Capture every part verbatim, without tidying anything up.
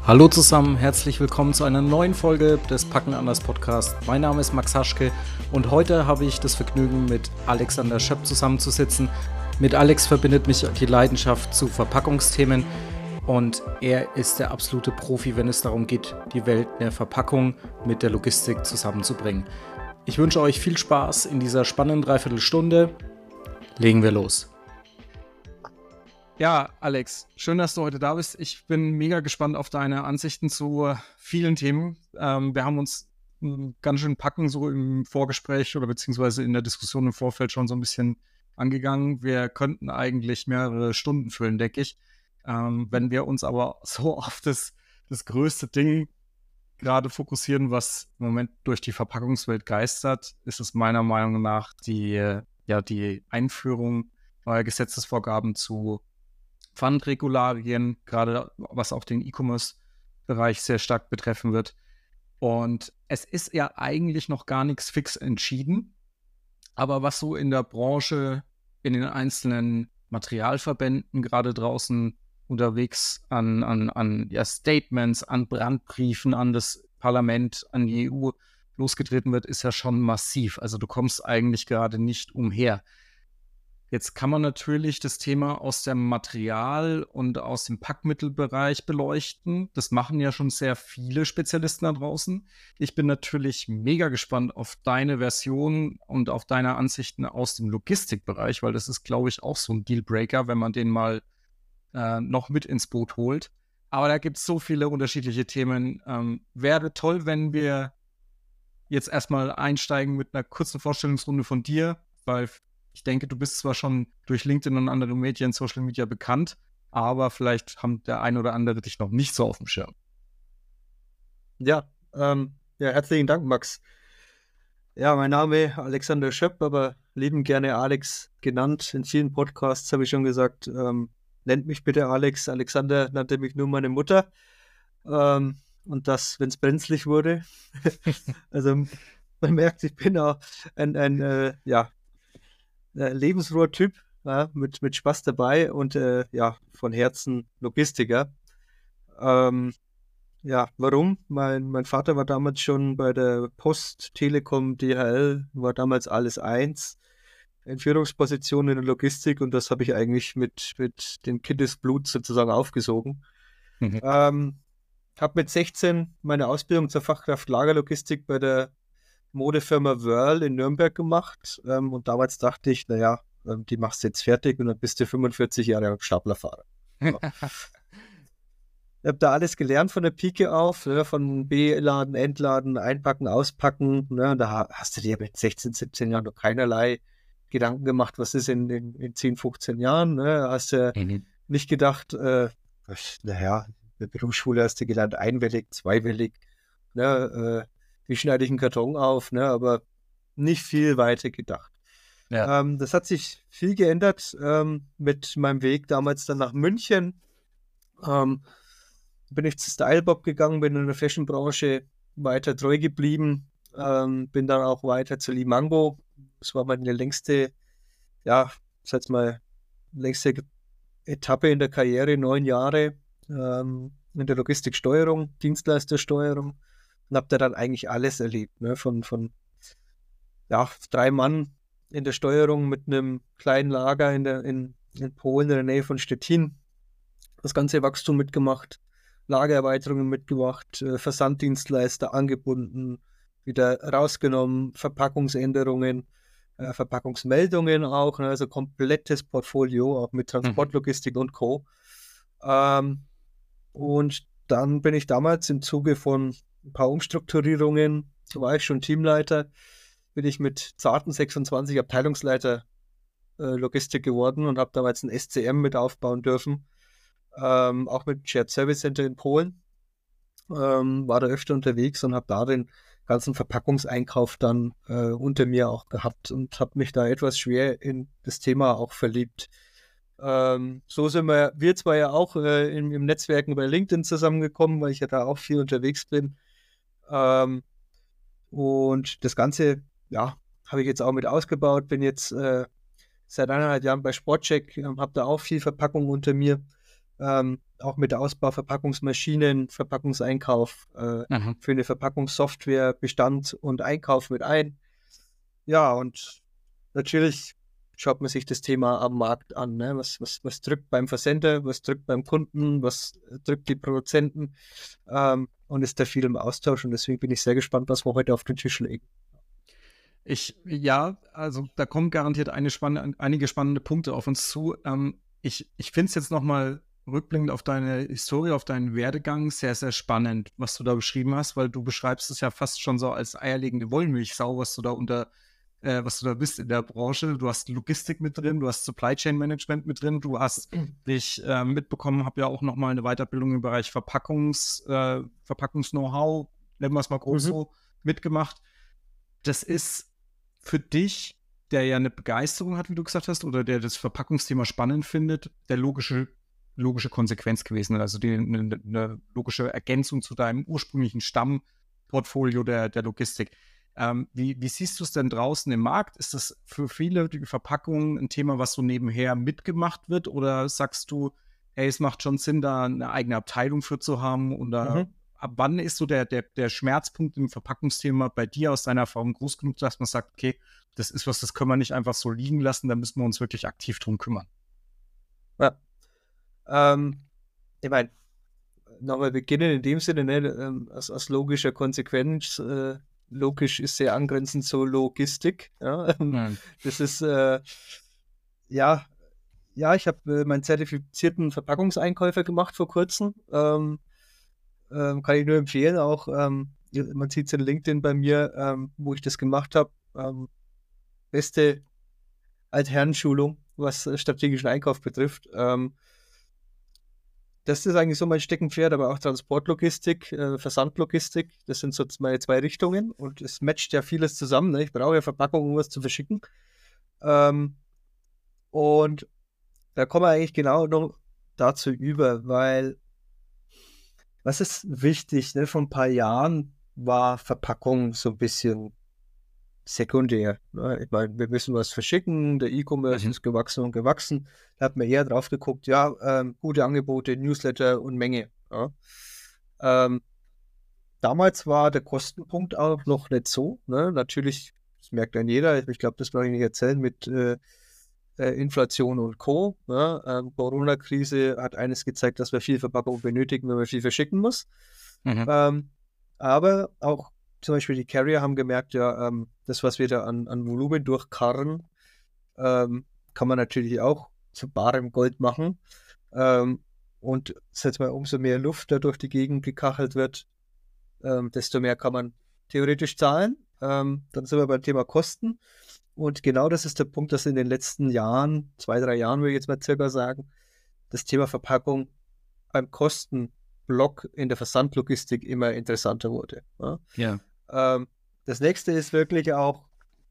Hallo zusammen, herzlich willkommen zu einer neuen Folge des Packen anders Podcast. Mein Name ist Max Haschke und heute habe ich das Vergnügen, mit Alexander Schöpp zusammenzusitzen. Mit Alex verbindet mich die Leidenschaft zu Verpackungsthemen und er ist der absolute Profi, wenn es darum geht, die Welt der Verpackung mit der Logistik zusammenzubringen. Ich wünsche euch viel Spaß in dieser spannenden Dreiviertelstunde. Legen wir los. Ja, Alex, schön, dass du heute da bist. Ich bin mega gespannt auf deine Ansichten zu vielen Themen. Ähm, wir haben uns m, ganz schön packen, so im Vorgespräch oder beziehungsweise in der Diskussion im Vorfeld schon so ein bisschen angegangen. Wir könnten eigentlich mehrere Stunden füllen, denke ich. Ähm, wenn wir uns aber so auf das, das größte Ding gerade fokussieren, was im Moment durch die Verpackungswelt geistert, ist es meiner Meinung nach die, äh, ja, die Einführung neuer Gesetzesvorgaben zu Pfandregularien, gerade was auch den E-Commerce-Bereich sehr stark betreffen wird. Und es ist ja eigentlich noch gar nichts fix entschieden, aber was so in der Branche, in den einzelnen Materialverbänden gerade draußen unterwegs an, an, an ja, Statements, an Brandbriefen, an das Parlament, an die E U losgetreten wird, ist ja schon massiv. Also du kommst eigentlich gerade nicht umher. Jetzt kann man natürlich das Thema aus dem Material- und aus dem Packmittelbereich beleuchten. Das machen ja schon sehr viele Spezialisten da draußen. Ich bin natürlich mega gespannt auf deine Version und auf deine Ansichten aus dem Logistikbereich, weil das ist, glaube ich, auch so ein Dealbreaker, wenn man den mal äh, noch mit ins Boot holt. Aber da gibt es so viele unterschiedliche Themen. Ähm, wäre toll, wenn wir jetzt erstmal einsteigen mit einer kurzen Vorstellungsrunde von dir, weil ich denke, du bist zwar schon durch LinkedIn und andere Medien, Social Media bekannt, aber vielleicht haben der ein oder andere dich noch nicht so auf dem Schirm. Ja, ähm, ja, herzlichen Dank, Max. Ja, mein Name Alexander Schöpp, aber lieben gerne Alex genannt. In vielen Podcasts habe ich schon gesagt, ähm, nennt mich bitte Alex. Alexander nannte mich nur meine Mutter. Ähm, und das, wenn es brenzlig wurde. Also man merkt, ich bin auch ein, ein äh, ja, lebensfroher Typ, ja, mit, mit Spaß dabei und äh, ja, von Herzen Logistiker. Ähm, ja, warum? Mein, mein Vater war damals schon bei der Post, Telekom, D H L, war damals alles eins, in Führungspositionen in der Logistik und das habe ich eigentlich mit, mit dem Kindesblut sozusagen aufgesogen. Mhm. Ähm, habe mit sechzehn meine Ausbildung zur Fachkraft Lagerlogistik bei der Modefirma Wöhrl in Nürnberg gemacht ähm, und damals dachte ich, naja, ähm, die machst du jetzt fertig und dann bist du fünfundvierzig Jahre lang Staplerfahrer. Ja. Ich habe da alles gelernt von der Pike auf, ne, von Beladen, Entladen, Einpacken, Auspacken. Ne, und da hast du dir mit sechzehn, siebzehn Jahren noch keinerlei Gedanken gemacht, was ist in, in, in zehn, fünfzehn Jahren. Ne? Hast du Mhm. nicht gedacht, äh, naja, in der Berufsschule hast du gelernt, einwellig, zweiwellig. Ne, äh, wie schneide ich einen Karton auf? Ne, aber nicht viel weiter gedacht. Ja. Ähm, das hat sich viel geändert ähm, mit meinem Weg damals dann nach München. Ähm, bin ich zu Stylebob gegangen, bin in der Fashion-Branche weiter treu geblieben, ähm, bin dann auch weiter zu Limango. Das war meine längste, ja, sag mal, längste Etappe in der Karriere, neun Jahre ähm, in der Logistiksteuerung, Dienstleistersteuerung und habe da dann eigentlich alles erlebt, ne? Von, von ja, drei Mann in der Steuerung mit einem kleinen Lager in, der, in, in Polen in der Nähe von Stettin, das ganze Wachstum mitgemacht, Lagererweiterungen mitgemacht, äh, Versanddienstleister angebunden, wieder rausgenommen, Verpackungsänderungen, äh, Verpackungsmeldungen auch, ne, also komplettes Portfolio, auch mit Mhm. Transportlogistik und Co. Ähm, und dann bin ich damals im Zuge von ein paar Umstrukturierungen, so war ich schon Teamleiter, bin ich mit zarten sechsundzwanzig Abteilungsleiter äh, Logistik geworden und habe damals ein S C M mit aufbauen dürfen. Ähm, auch mit Shared Service Center in Polen, ähm, war da öfter unterwegs und habe da den ganzen Verpackungseinkauf dann äh, unter mir auch gehabt und habe mich da etwas schwer in das Thema auch verliebt. Ähm, so sind wir, wir zwar ja auch äh, im, im Netzwerken bei LinkedIn zusammengekommen, weil ich ja da auch viel unterwegs bin. Ähm, und das Ganze, ja, habe ich jetzt auch mit ausgebaut, bin jetzt äh, seit eineinhalb Jahren bei Sportcheck, ähm, habe da auch viel Verpackung unter mir. Ähm, auch mit Ausbau Verpackungsmaschinen, Verpackungseinkauf, äh, Mhm. für eine Verpackungssoftware, Bestand und Einkauf mit ein. Ja, und natürlich schaut man sich das Thema am Markt an. Ne? Was, was, was drückt beim Versender, was drückt beim Kunden, was drückt die Produzenten, ähm, und ist da viel im Austausch. Und deswegen bin ich sehr gespannt, was wir heute auf den Tisch legen. Ich, ja, also da kommen garantiert eine spann einige spannende Punkte auf uns zu. Ähm, ich ich finde es jetzt nochmal rückblickend auf deine Historie, auf deinen Werdegang sehr, sehr spannend, was du da beschrieben hast, weil du beschreibst es ja fast schon so als eierlegende Wollmilchsau, was du da unter, äh, was du da bist in der Branche. Du hast Logistik mit drin, du hast Supply Chain Management mit drin, du hast dich äh, mitbekommen, habe ja auch nochmal eine Weiterbildung im Bereich Verpackungs, äh, Verpackungs-Know-how, nennen wir es mal groß Mhm. so, mitgemacht. Das ist für dich, der ja eine Begeisterung hat, wie du gesagt hast, oder der das Verpackungsthema spannend findet, der logische, logische Konsequenz gewesen. Also die, eine, eine logische Ergänzung zu deinem ursprünglichen Stammportfolio der, der Logistik. Ähm, wie, wie siehst du es denn draußen im Markt? Ist das für viele die Verpackung ein Thema, was so nebenher mitgemacht wird? Oder sagst du, hey, es macht schon Sinn, da eine eigene Abteilung für zu haben? Oder Mhm. ab wann ist so der, der, der Schmerzpunkt im Verpackungsthema bei dir aus deiner Erfahrung groß genug, dass man sagt, okay, das ist was, das können wir nicht einfach so liegen lassen, da müssen wir uns wirklich aktiv drum kümmern. Ja. Ähm, ich meine, nochmal beginnen in dem Sinne, ne, ähm, als, als logischer Konsequenz. Äh, logisch ist sehr angrenzend zur Logistik. Ja? Mhm. Das ist, äh, ja, ja, ich habe äh, meinen zertifizierten Verpackungseinkäufer gemacht vor kurzem. Ähm, ähm, kann ich nur empfehlen, auch, ähm, man sieht es in LinkedIn bei mir, ähm, wo ich das gemacht habe. Ähm, beste Altherrenschulung, was äh, strategischen Einkauf betrifft. Ähm, Das ist eigentlich so mein Steckenpferd, aber auch Transportlogistik, äh, Versandlogistik. Das sind so meine zwei Richtungen und es matcht ja vieles zusammen. Ne? Ich brauche ja Verpackungen, um was zu verschicken. Ähm, und da kommen wir eigentlich genau noch dazu über, weil was ist wichtig? Ne? Vor ein paar Jahren war Verpackung so ein bisschen sekundär. Ne? Ich meine, wir müssen was verschicken, der E-Commerce Mhm. ist gewachsen und gewachsen. Da hat man eher drauf geguckt, ja, ähm, gute Angebote, Newsletter und Menge. Ja. Ähm, Damals war der Kostenpunkt auch noch nicht so. Ne? Natürlich, das merkt dann jeder, ich glaube, das brauche ich nicht erzählen, mit äh, äh, Inflation und Co. Ne? Ähm, Corona-Krise hat eines gezeigt, dass wir viel Verpackung benötigen, wenn man viel verschicken muss. Mhm. Ähm, aber auch zum Beispiel die Carrier haben gemerkt, ja, ähm, das, was wir da an, an Volumen durchkarren, ähm, kann man natürlich auch zu barem Gold machen. Ähm, und seit mal umso mehr Luft da durch die Gegend gekachelt wird, ähm, desto mehr kann man theoretisch zahlen. Ähm, dann sind wir beim Thema Kosten. Und genau das ist der Punkt, dass in den letzten Jahren, zwei, drei Jahren würde ich jetzt mal circa sagen, das Thema Verpackung beim Kostenblock in der Versandlogistik immer interessanter wurde. Ja. Ja. Ähm, das nächste ist wirklich auch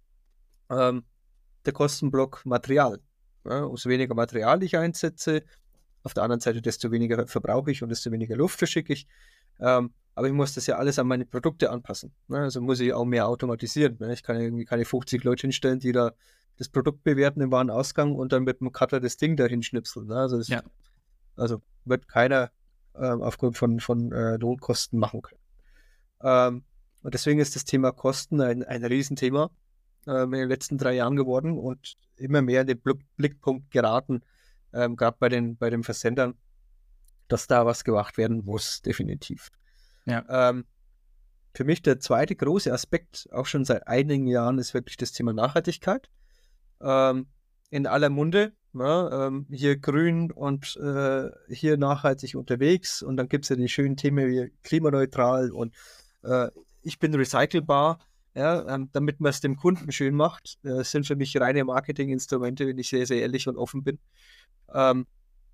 ähm, der Kostenblock Material. Ja, umso weniger Material ich einsetze, auf der anderen Seite, desto weniger verbrauche ich und desto weniger Luft verschicke ich. Ähm, aber ich muss das ja alles an meine Produkte anpassen. Ne? Also muss ich auch mehr automatisieren. Ne? Ich kann irgendwie keine fünfzig Leute hinstellen, die da das Produkt bewerten im Warenausgang und dann mit dem Cutter das Ding dahin schnipseln. Ne? Also, das, Ja. also wird keiner ähm, aufgrund von, von äh, Lohnkosten machen können. Ähm, und deswegen ist das Thema Kosten ein, ein Riesenthema ähm, in den letzten drei Jahren geworden und immer mehr in den Blickpunkt geraten, ähm, gerade bei den, bei den Versendern, dass da was gemacht werden muss, definitiv. Ja. Ähm, für mich der zweite große Aspekt, auch schon seit einigen Jahren, ist wirklich das Thema Nachhaltigkeit. Ähm, in aller Munde, ja, ähm, hier grün und äh, hier nachhaltig unterwegs. Und dann gibt es ja die schönen Themen wie klimaneutral und äh, ich bin recycelbar. Ja, ähm, damit man es dem Kunden schön macht, äh, sind für mich reine Marketinginstrumente, wenn ich sehr, sehr ehrlich und offen bin. Ähm,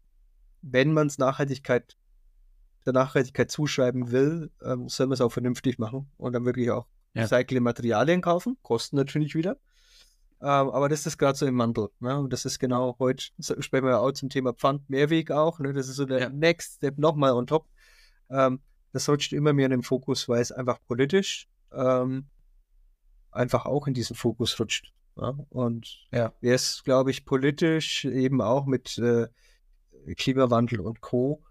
wenn man es Nachhaltigkeit der Nachhaltigkeit zuschreiben will, ähm, soll man es auch vernünftig machen und dann wirklich auch Ja. recycelte Materialien kaufen, kosten natürlich wieder. Ähm, aber das ist gerade so im Mandel. Ne? Und das ist genau heute, sprechen wir auch zum Thema Pfand, Mehrweg auch. Ne? Das ist so der Ja. Next Step nochmal on top. Ähm, das rutscht immer mehr in den Fokus, weil es einfach politisch ähm, einfach auch in diesen Fokus rutscht. Ja? Und Ja. wer es, glaube ich, politisch eben auch mit äh, Klimawandel und Co.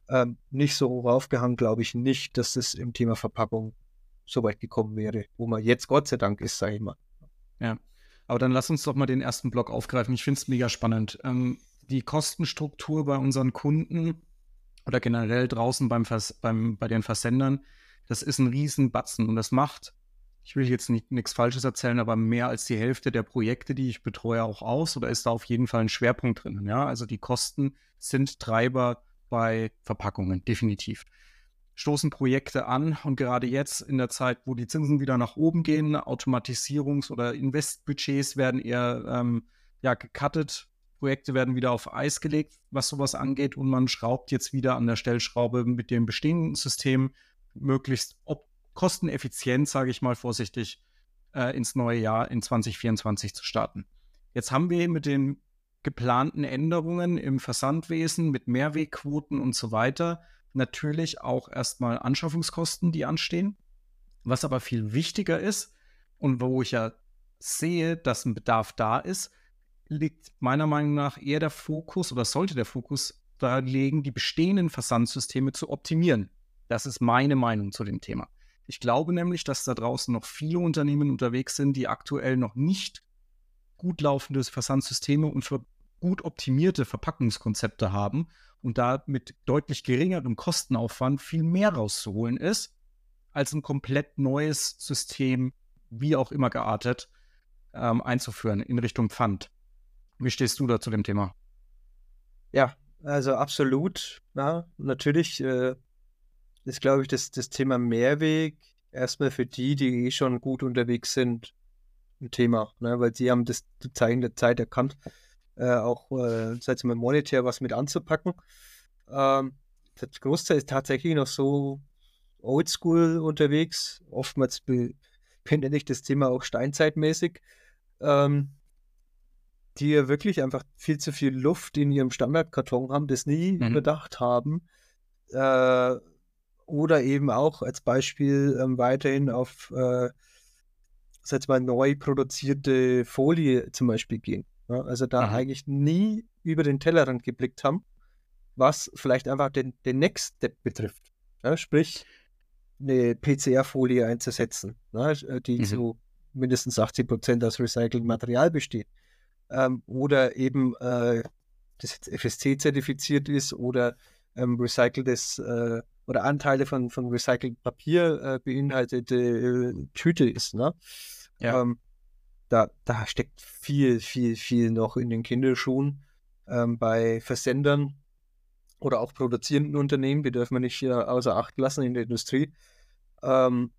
ähm, nicht so hoch aufgehangen, glaube ich nicht, dass das im Thema Verpackung so weit gekommen wäre, wo man jetzt Gott sei Dank ist, sage ich mal. Ja, aber dann lass uns doch mal den ersten Block aufgreifen. Ich finde es mega spannend. Ähm, die Kostenstruktur bei unseren Kunden oder generell draußen beim Vers beim, bei den Versendern, das ist ein Riesenbatzen und das macht, ich will jetzt nicht nichts Falsches erzählen, aber mehr als die Hälfte der Projekte, die ich betreue, auch aus, oder ist da auf jeden Fall ein Schwerpunkt drin. Ja, also die Kosten sind Treiber bei Verpackungen, definitiv. Stoßen Projekte an und gerade jetzt in der Zeit, wo die Zinsen wieder nach oben gehen, Automatisierungs- oder Investbudgets werden eher ähm, ja, gecuttet, Projekte werden wieder auf Eis gelegt, was sowas angeht, und man schraubt jetzt wieder an der Stellschraube mit dem bestehenden System möglichst ob kosteneffizient, sage ich mal vorsichtig, äh, ins neue Jahr in zwanzig vierundzwanzig zu starten. Jetzt haben wir mit den geplanten Änderungen im Versandwesen, mit Mehrwegquoten und so weiter, natürlich auch erstmal Anschaffungskosten, die anstehen. Was aber viel wichtiger ist und wo ich ja sehe, dass ein Bedarf da ist, liegt meiner Meinung nach eher der Fokus oder sollte der Fokus da liegen, die bestehenden Versandsysteme zu optimieren. Das ist meine Meinung zu dem Thema. Ich glaube nämlich, dass da draußen noch viele Unternehmen unterwegs sind, die aktuell noch nicht gut laufende Versandsysteme und für gut optimierte Verpackungskonzepte haben und da mit deutlich geringerem Kostenaufwand viel mehr rauszuholen ist, als ein komplett neues System, wie auch immer geartet, ähm, einzuführen in Richtung Pfand. Wie stehst du da zu dem Thema? Ja, also absolut. Ja, natürlich äh, ist, glaube ich, das, das Thema Mehrweg erstmal für die, die eh schon gut unterwegs sind, ein Thema, ne? Weil sie haben das Zeichen der Zeit erkannt, äh, auch äh, seit mal monetär was mit anzupacken. Ähm, der Großteil ist tatsächlich noch so oldschool unterwegs. Oftmals be- benenne ich das Thema auch steinzeitmäßig, ähm, die ja wirklich einfach viel zu viel Luft in ihrem Standardkarton haben, das nie Mhm. überdacht haben. Äh, oder eben auch als Beispiel ähm, weiterhin auf äh, sag mal, neu produzierte Folie zum Beispiel gehen. Ja, also da Mhm. eigentlich nie über den Tellerrand geblickt haben, was vielleicht einfach den, den Next Step betrifft. Ja, sprich, eine P C R-Folie einzusetzen, ne, die Mhm. zu mindestens achtzig Prozent aus recyceltem Material besteht. Ähm, oder eben äh, das jetzt F S C-zertifiziert ist oder ähm, recyceltes äh, oder Anteile von, von recyceltem Papier äh, beinhaltete äh, Tüte ist. Ne? Ja. Ähm, da, da steckt viel, viel, viel noch in den Kinderschuhen ähm, bei Versendern oder auch produzierenden Unternehmen, die dürfen wir nicht äh, außer Acht lassen in der Industrie, ähm,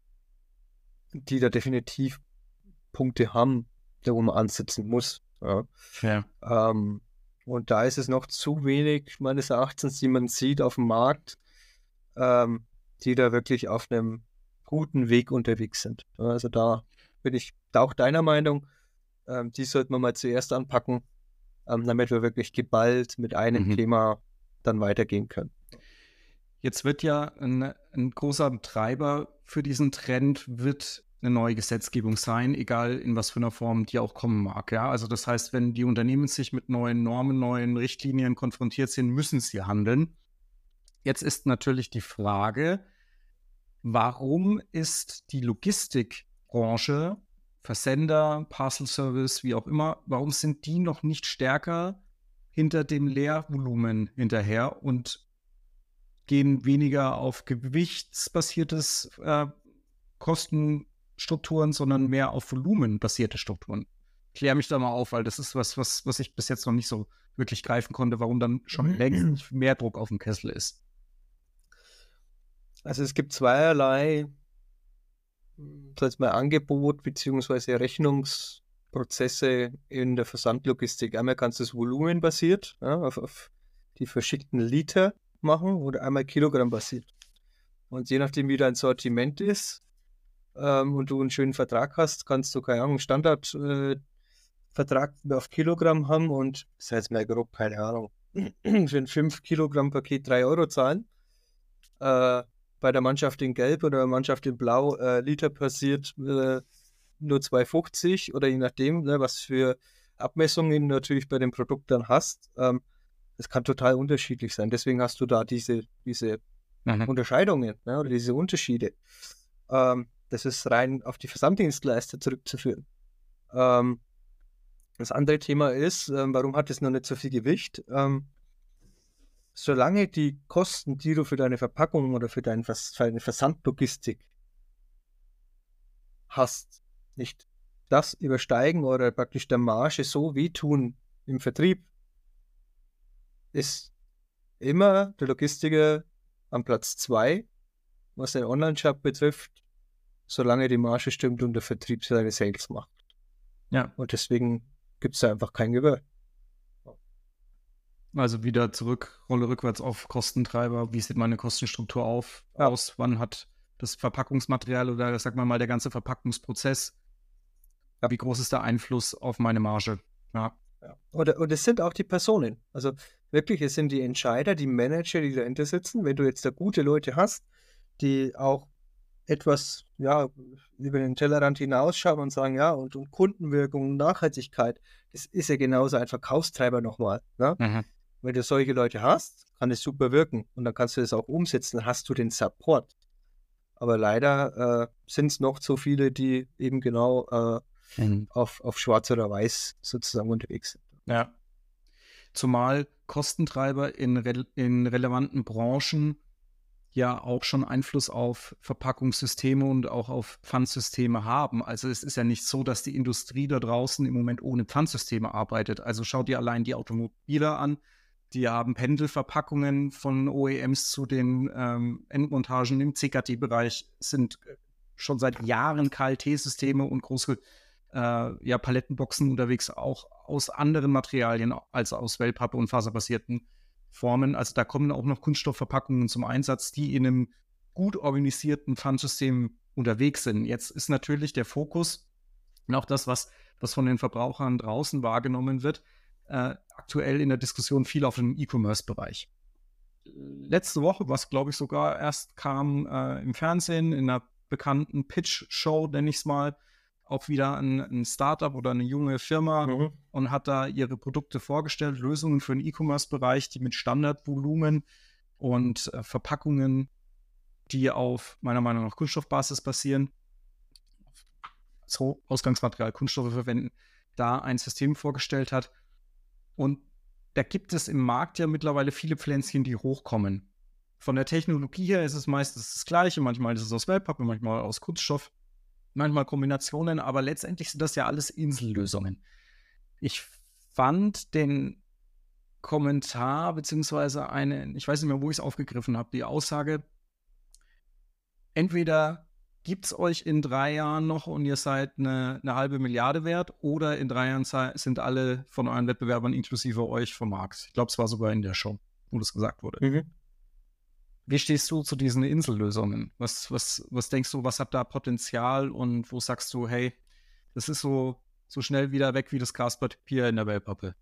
die da definitiv Punkte haben, da wo man ansetzen muss. Ja. Ja. Ähm, und da ist es noch zu wenig, meines Erachtens, die man sieht auf dem Markt, ähm, die da wirklich auf einem guten Weg unterwegs sind. Also da bin ich da auch deiner Meinung, ähm, die sollten wir mal zuerst anpacken, ähm, damit wir wirklich geballt mit einem Mhm. Thema dann weitergehen können. Jetzt wird ja ein, ein großer Treiber für diesen Trend wird eine neue Gesetzgebung sein, egal in was für einer Form die auch kommen mag. Ja, also das heißt, wenn die Unternehmen sich mit neuen Normen, neuen Richtlinien konfrontiert sind, müssen sie handeln. Jetzt ist natürlich die Frage, warum ist die Logistikbranche, Versender, Parcel Service, wie auch immer, warum sind die noch nicht stärker hinter dem Leervolumen hinterher und gehen weniger auf gewichtsbasiertes äh, Kostenstrukturen, sondern mehr auf volumenbasierte Strukturen? Klär mich da mal auf, weil das ist was, was, was ich bis jetzt noch nicht so wirklich greifen konnte, warum dann schon längst mehr Druck auf dem Kessel ist. Also es gibt zweierlei, sag mal, Angebot bzw. Rechnungsprozesse in der Versandlogistik. Einmal kannst du es volumenbasiert, ja, auf, auf die verschickten Liter machen oder einmal Kilogramm basiert. Und je nachdem, wie dein Sortiment ist ähm, und du einen schönen Vertrag hast, kannst du, keine Ahnung, einen Standardvertrag äh, auf Kilogramm haben und, das ist jetzt mal grob, keine Ahnung, für ein fünf Kilogramm Paket drei Euro zahlen. Äh, bei der Mannschaft in Gelb oder der Mannschaft in Blau äh, Liter passiert äh, nur zwei fünfzig oder je nachdem, ne, was für Abmessungen du natürlich bei dem Produkt dann hast. Ähm, Das kann total unterschiedlich sein. Deswegen hast du da diese, diese Mhm. Unterscheidungen, ne, oder diese Unterschiede. Ähm, das ist rein auf die Versanddienstleister zurückzuführen. Ähm, das andere Thema ist, ähm, warum hat es noch nicht so viel Gewicht? Ähm, solange die Kosten, die du für deine Verpackung oder für, dein Vers für deine Versandlogistik hast, nicht das übersteigen oder praktisch der Marge so wehtun im Vertrieb, ist immer der Logistiker am Platz zwei, was den Online-Shop betrifft, solange die Marge stimmt und der Vertrieb seine Sales macht. Ja, Und deswegen gibt es da einfach kein Gewöhr. also wieder zurück, Rolle rückwärts auf Kostentreiber. Wie sieht meine Kostenstruktur auf, Ja. aus? Wann hat das Verpackungsmaterial oder sag mal mal der ganze Verpackungsprozess, Ja. wie groß ist der Einfluss auf meine Marge? Ja. Ja. Und, und es sind auch die Personen. Also wirklich, es sind die Entscheider, die Manager, die dahinter sitzen. Wenn du jetzt da gute Leute hast, die auch etwas, ja, über den Tellerrand hinausschauen und sagen, ja, und, und Kundenwirkung, Nachhaltigkeit, das ist ja genauso ein Verkaufstreiber nochmal. Ne? Mhm. Wenn du solche Leute hast, kann es super wirken und dann kannst du das auch umsetzen, dann hast du den Support. Aber leider äh, sind es noch zu viele, die eben genau äh, Mhm. auf, auf schwarz oder weiß sozusagen unterwegs sind. Ja. Zumal Kostentreiber in, re in relevanten Branchen ja auch schon Einfluss auf Verpackungssysteme und auch auf Pfandsysteme haben. Also es ist ja nicht so, dass die Industrie da draußen im Moment ohne Pfandsysteme arbeitet. Also schau dir allein die Automobiler an. Die haben Pendelverpackungen von O E Ms zu den ähm, Endmontagen im C K T-Bereich, sind schon seit Jahren K L T-Systeme und große äh, ja, Palettenboxen unterwegs, auch aus anderen Materialien als aus Wellpappe und faserbasierten Formen. Also da kommen auch noch Kunststoffverpackungen zum Einsatz, die in einem gut organisierten Pfandsystem unterwegs sind. Jetzt ist natürlich der Fokus und auch das, was, was von den Verbrauchern draußen wahrgenommen wird, äh, aktuell in der Diskussion viel auf dem E-Commerce-Bereich. Letzte Woche, was glaube ich sogar erst kam äh, im Fernsehen, in einer bekannten Pitch-Show, nenne ich es mal, auch wieder ein, ein Startup oder eine junge Firma Mhm. und hat da ihre Produkte vorgestellt, Lösungen für den E-Commerce-Bereich, die mit Standardvolumen und äh, Verpackungen, die auf meiner Meinung nach Kunststoffbasis basieren, so Ausgangsmaterial Kunststoffe verwenden, da ein System vorgestellt hat. Und da gibt es im Markt ja mittlerweile viele Pflänzchen, die hochkommen. Von der Technologie her ist es meistens das Gleiche. Manchmal ist es aus Wellpappe, manchmal aus Kunststoff, manchmal Kombinationen, aber letztendlich sind das ja alles Insellösungen. Ich fand den Kommentar, beziehungsweise eine, ich weiß nicht mehr, wo ich es aufgegriffen habe, die Aussage, entweder gibt es euch in drei Jahren noch und ihr seid eine, eine halbe Milliarde wert oder in drei Jahren sind alle von euren Wettbewerbern inklusive euch vom Markt. Ich glaube, es war sogar in der Show, wo das gesagt wurde. Mhm. Wie stehst du zu diesen Insellösungen? Was, was, was denkst du, was hat da Potenzial und wo sagst du, hey, das ist so, so schnell wieder weg wie das Kasperpapier in der Wellpappe?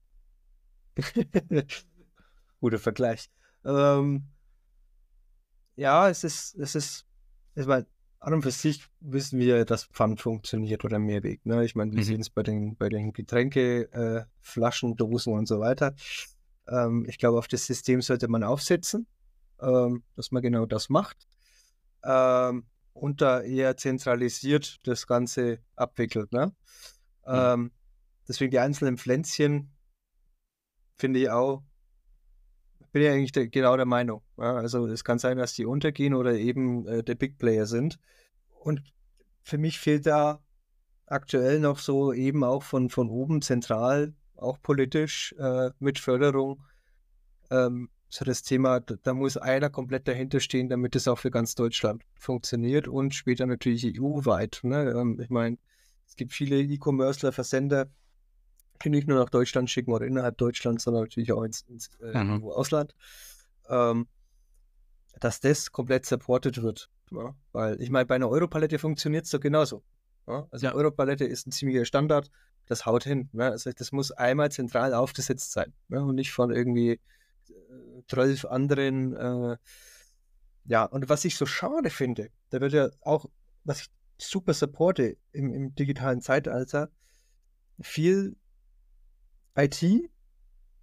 Guter Vergleich. Ähm, ja, es ist, es ist, ich meine, an und für sich wissen wir, dass Pfand funktioniert oder Mehrweg. Ne? Ich meine, wir Mhm. sehen es bei den, bei den Getränke, äh, Flaschen, Dosen und so weiter. Ähm, ich glaube, auf das System sollte man aufsetzen, ähm, dass man genau das macht. Ähm, und da eher zentralisiert das Ganze abwickelt. Ne? Mhm. Ähm, deswegen die einzelnen Pflänzchen finde ich auch, bin ja eigentlich der, genau der Meinung. Ja, also es kann sein, dass die untergehen oder eben äh, der Big Player sind. Und für mich fehlt da aktuell noch so eben auch von, von oben zentral, auch politisch äh, mit Förderung, ähm, so das Thema, da, da muss einer komplett dahinter stehen, damit es auch für ganz Deutschland funktioniert und später natürlich E U-weit. Ne? Ähm, ich meine, es gibt viele E-Commercer, Versender, die nicht nur nach Deutschland schicken oder innerhalb Deutschlands, sondern natürlich auch ins, ins äh, Mhm. E U-Ausland. Ähm, dass das komplett supported wird. Ja? Weil ich meine, bei einer Europalette funktioniert es doch genauso. Ja? Also Ja. Europalette ist ein ziemlicher Standard, das haut hin. Ja? Also das muss einmal zentral aufgesetzt sein, ja? Und nicht von irgendwie zwölf anderen. Äh, ja, und was ich so schade finde, da wird ja auch, was ich super supporte im, im digitalen Zeitalter, viel I T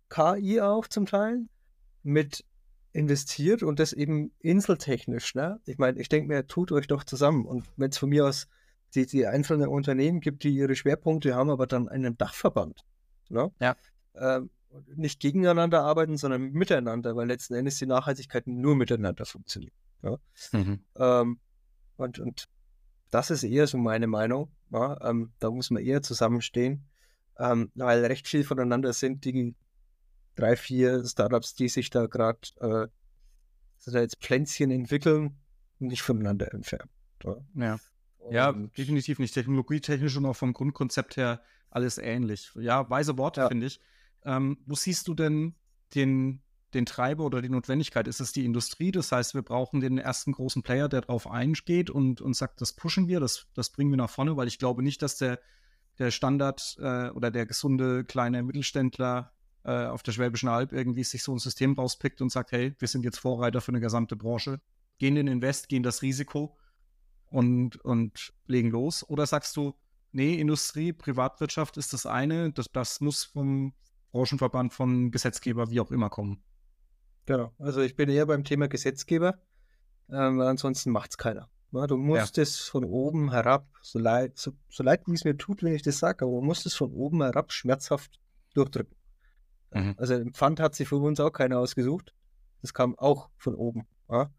K I auch zum Teil mit investiert und das eben inseltechnisch. Ne? Ich meine, ich denke mir, tut euch doch zusammen. Und wenn es von mir aus die, die einzelnen Unternehmen gibt, die ihre Schwerpunkte haben, aber dann einen Dachverband. Ne? Ja. Ähm, nicht gegeneinander arbeiten, sondern miteinander, weil letzten Endes die Nachhaltigkeit nur miteinander funktioniert. Ja? Mhm. Ähm, und, und das ist eher so meine Meinung. Ja? Ähm, da muss man eher zusammenstehen, ähm, weil recht viel voneinander sind die drei, vier Startups, die sich da gerade äh, also jetzt Pflänzchen entwickeln, nicht voneinander entfernt. Ja, Ja. Ja, und, definitiv nicht. Technologietechnisch und auch vom Grundkonzept her alles ähnlich. Ja, weise Worte, ja. finde ich. Ähm, wo siehst du denn den, den Treiber oder die Notwendigkeit? Ist es die Industrie? Das heißt, wir brauchen den ersten großen Player, der drauf eingeht und, und sagt, das pushen wir, das, das bringen wir nach vorne, weil ich glaube nicht, dass der, der Standard äh, oder der gesunde kleine Mittelständler äh, auf der Schwäbischen Alb irgendwie sich so ein System rauspickt und sagt, hey, wir sind jetzt Vorreiter für eine gesamte Branche, gehen den Invest, gehen das Risiko und, und legen los? Oder sagst du, nee, Industrie, Privatwirtschaft ist das eine, das, das muss vom Branchenverband, vom Gesetzgeber, wie auch immer kommen? Genau. Also ich bin eher beim Thema Gesetzgeber, ähm, weil ansonsten macht es keiner. Ja, du musst Ja. es von oben herab, so leid, so, so leid wie es mir tut, wenn ich das sage, aber man muss es von oben herab schmerzhaft durchdrücken. Ja, Mhm. also im Pfand hat sich für uns auch keiner ausgesucht. Das kam auch von oben. Ja.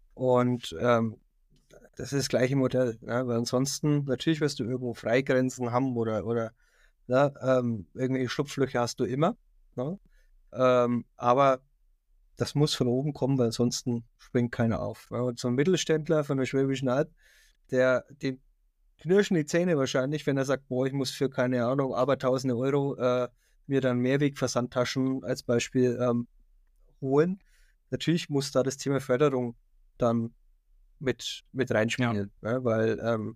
Und ähm, das ist das gleiche Modell, ja, weil ansonsten, natürlich wirst du irgendwo Freigrenzen haben oder, oder ja, ähm, irgendwelche Schlupflöcher hast du immer. Ja. Ähm, aber das muss von oben kommen, weil ansonsten springt keiner auf. Ja. Und so ein Mittelständler von der Schwäbischen Alb, der, dem knirschen die Zähne wahrscheinlich, wenn er sagt, boah, ich muss für, keine Ahnung, aber tausende Euro äh, mir dann Mehrwegversandtaschen als Beispiel ähm, holen. Natürlich muss da das Thema Förderung dann mit, mit Ja. reinspielen, ne? Weil ähm,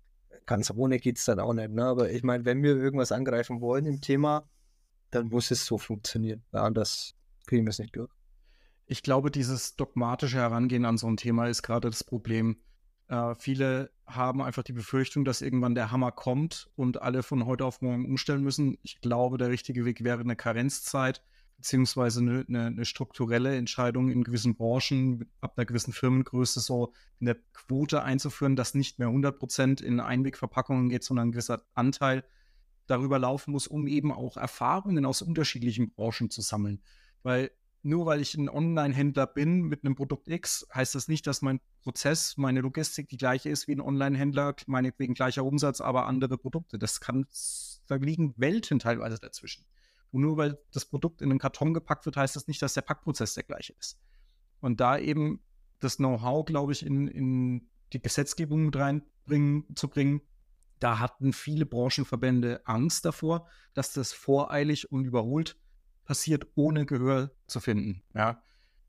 ganz ohne geht es dann auch nicht. Ne? Aber ich meine, wenn wir irgendwas angreifen wollen im Thema, dann muss es so funktionieren. Ja, anders kriegen wir es nicht durch. Ich glaube, dieses dogmatische Herangehen an so ein Thema ist gerade das Problem. Äh, viele haben einfach die Befürchtung, dass irgendwann der Hammer kommt und alle von heute auf morgen umstellen müssen. Ich glaube, der richtige Weg wäre eine Karenzzeit beziehungsweise eine, eine, eine strukturelle Entscheidung in gewissen Branchen, ab einer gewissen Firmengröße so eine Quote einzuführen, dass nicht mehr hundert Prozent in Einwegverpackungen geht, sondern ein gewisser Anteil darüber laufen muss, um eben auch Erfahrungen aus unterschiedlichen Branchen zu sammeln. Weil nur weil ich ein Online-Händler bin mit einem Produkt X, heißt das nicht, dass mein Prozess, meine Logistik die gleiche ist wie ein Online-Händler, meinetwegen gleicher Umsatz, aber andere Produkte. Das kann, da liegen Welten teilweise dazwischen. Und nur weil das Produkt in einen Karton gepackt wird, heißt das nicht, dass der Packprozess der gleiche ist. Und da eben das Know-how, glaube ich, in, in die Gesetzgebung mit reinbringen zu bringen, da hatten viele Branchenverbände Angst davor, dass das voreilig und überholt passiert, ohne Gehör zu finden. Ja.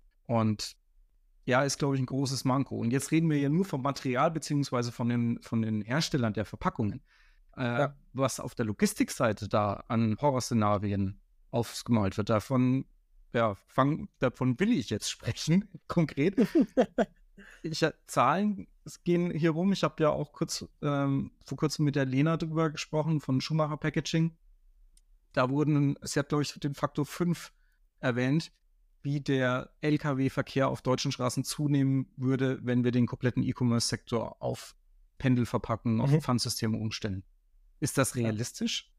Und ja, ist, glaube ich, ein großes Manko. Und jetzt reden wir ja nur vom Material beziehungsweise von den, von den Herstellern der Verpackungen. Äh, Ja. Was auf der Logistikseite da an Horrorszenarien aufgemalt wird, davon, ja, fang, davon will ich jetzt sprechen, konkret. Ich, Zahlen gehen hier rum. Ich habe ja auch kurz ähm, vor kurzem mit der Lena drüber gesprochen von Schumacher Packaging. Da wurden, sie hat, glaube ich, den Faktor fünf erwähnt, wie der L K W-Verkehr auf deutschen Straßen zunehmen würde, wenn wir den kompletten E-Commerce-Sektor auf Pendelverpackungen, auf Mhm. Pfandsysteme umstellen. Ist das realistisch?